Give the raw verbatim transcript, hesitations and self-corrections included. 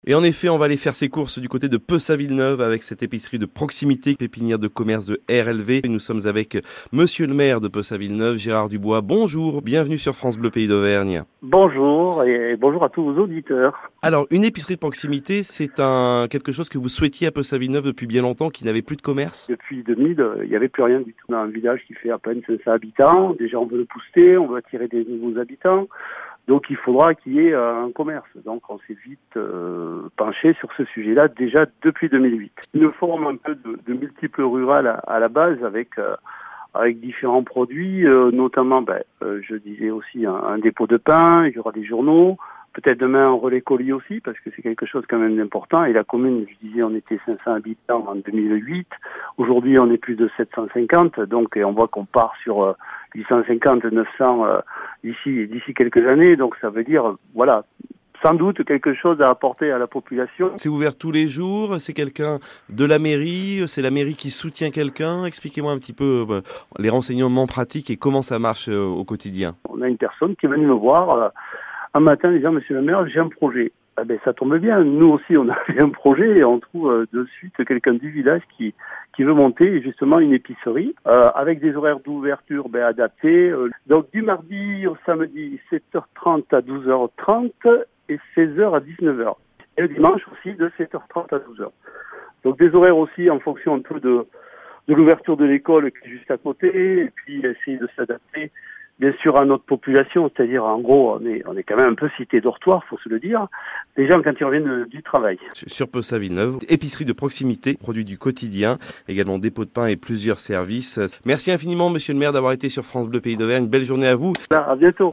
Et en effet, on va aller faire ses courses du côté de Peusse-à-Villeneuve avec cette épicerie de proximité, pépinière de commerce de R L V. Et nous sommes avec monsieur le maire de Peusse-à-Villeneuve, Gérard Dubois. Bonjour, bienvenue sur France Bleu Pays d'Auvergne. Bonjour et bonjour à tous vos auditeurs. Alors, une épicerie de proximité, c'est un quelque chose que vous souhaitiez à Peusse-à-Villeneuve depuis bien longtemps, qui n'avait plus de commerce? Depuis deux mille, il n'y avait plus rien du tout dans un village qui fait à peine cinq cents habitants. Déjà, on veut le booster, on veut attirer des nouveaux habitants. Donc, il faudra qu'il y ait un commerce. Donc, on s'est vite euh, penché sur ce sujet-là, déjà depuis deux mille huit. Une forme un peu de, de multiples rurales à, à la base, avec euh, avec différents produits, euh, notamment, ben, euh, je disais aussi un, un dépôt de pain, il y aura des journaux, peut-être demain un relais colis aussi, parce que c'est quelque chose quand même d'important. Et la commune, je disais, on était cinq cents habitants en deux mille huit. Aujourd'hui, on est plus de sept cent cinquante. Donc, et on voit qu'on part sur euh, huit cent cinquante, neuf cents euh, d'ici d'ici quelques années. Donc, ça veut dire, voilà, sans doute quelque chose à apporter à la population. C'est ouvert tous les jours, c'est quelqu'un de la mairie, c'est la mairie qui soutient quelqu'un. Expliquez-moi un petit peu euh, les renseignements pratiques et comment ça marche euh, au quotidien. On a une personne qui est venue me voir euh, un matin disant, monsieur le maire, j'ai un projet. Ah ben, ça tombe bien. Nous aussi, on a fait un projet et on trouve euh, de suite quelqu'un du village qui qui veut monter justement une épicerie euh, avec des horaires d'ouverture ben, adaptés. Euh, donc du mardi au samedi, sept heures trente à douze heures trente et seize heures à dix-neuf heures. Et le dimanche aussi de sept heures trente à douze heures. Donc des horaires aussi en fonction un peu de de l'ouverture de l'école qui est juste à côté, et puis essayer de s'adapter bien sûr à notre population, c'est-à-dire en gros on est on est quand même un peu cité dortoir, faut se le dire, les gens quand ils reviennent du travail. Sur Peusse-à-Villeneuve, épicerie de proximité, produits du quotidien, également dépôt de pain et plusieurs services. Merci infiniment monsieur le maire d'avoir été sur France Bleu Pays d'Auvergne. Belle journée à vous. À bientôt.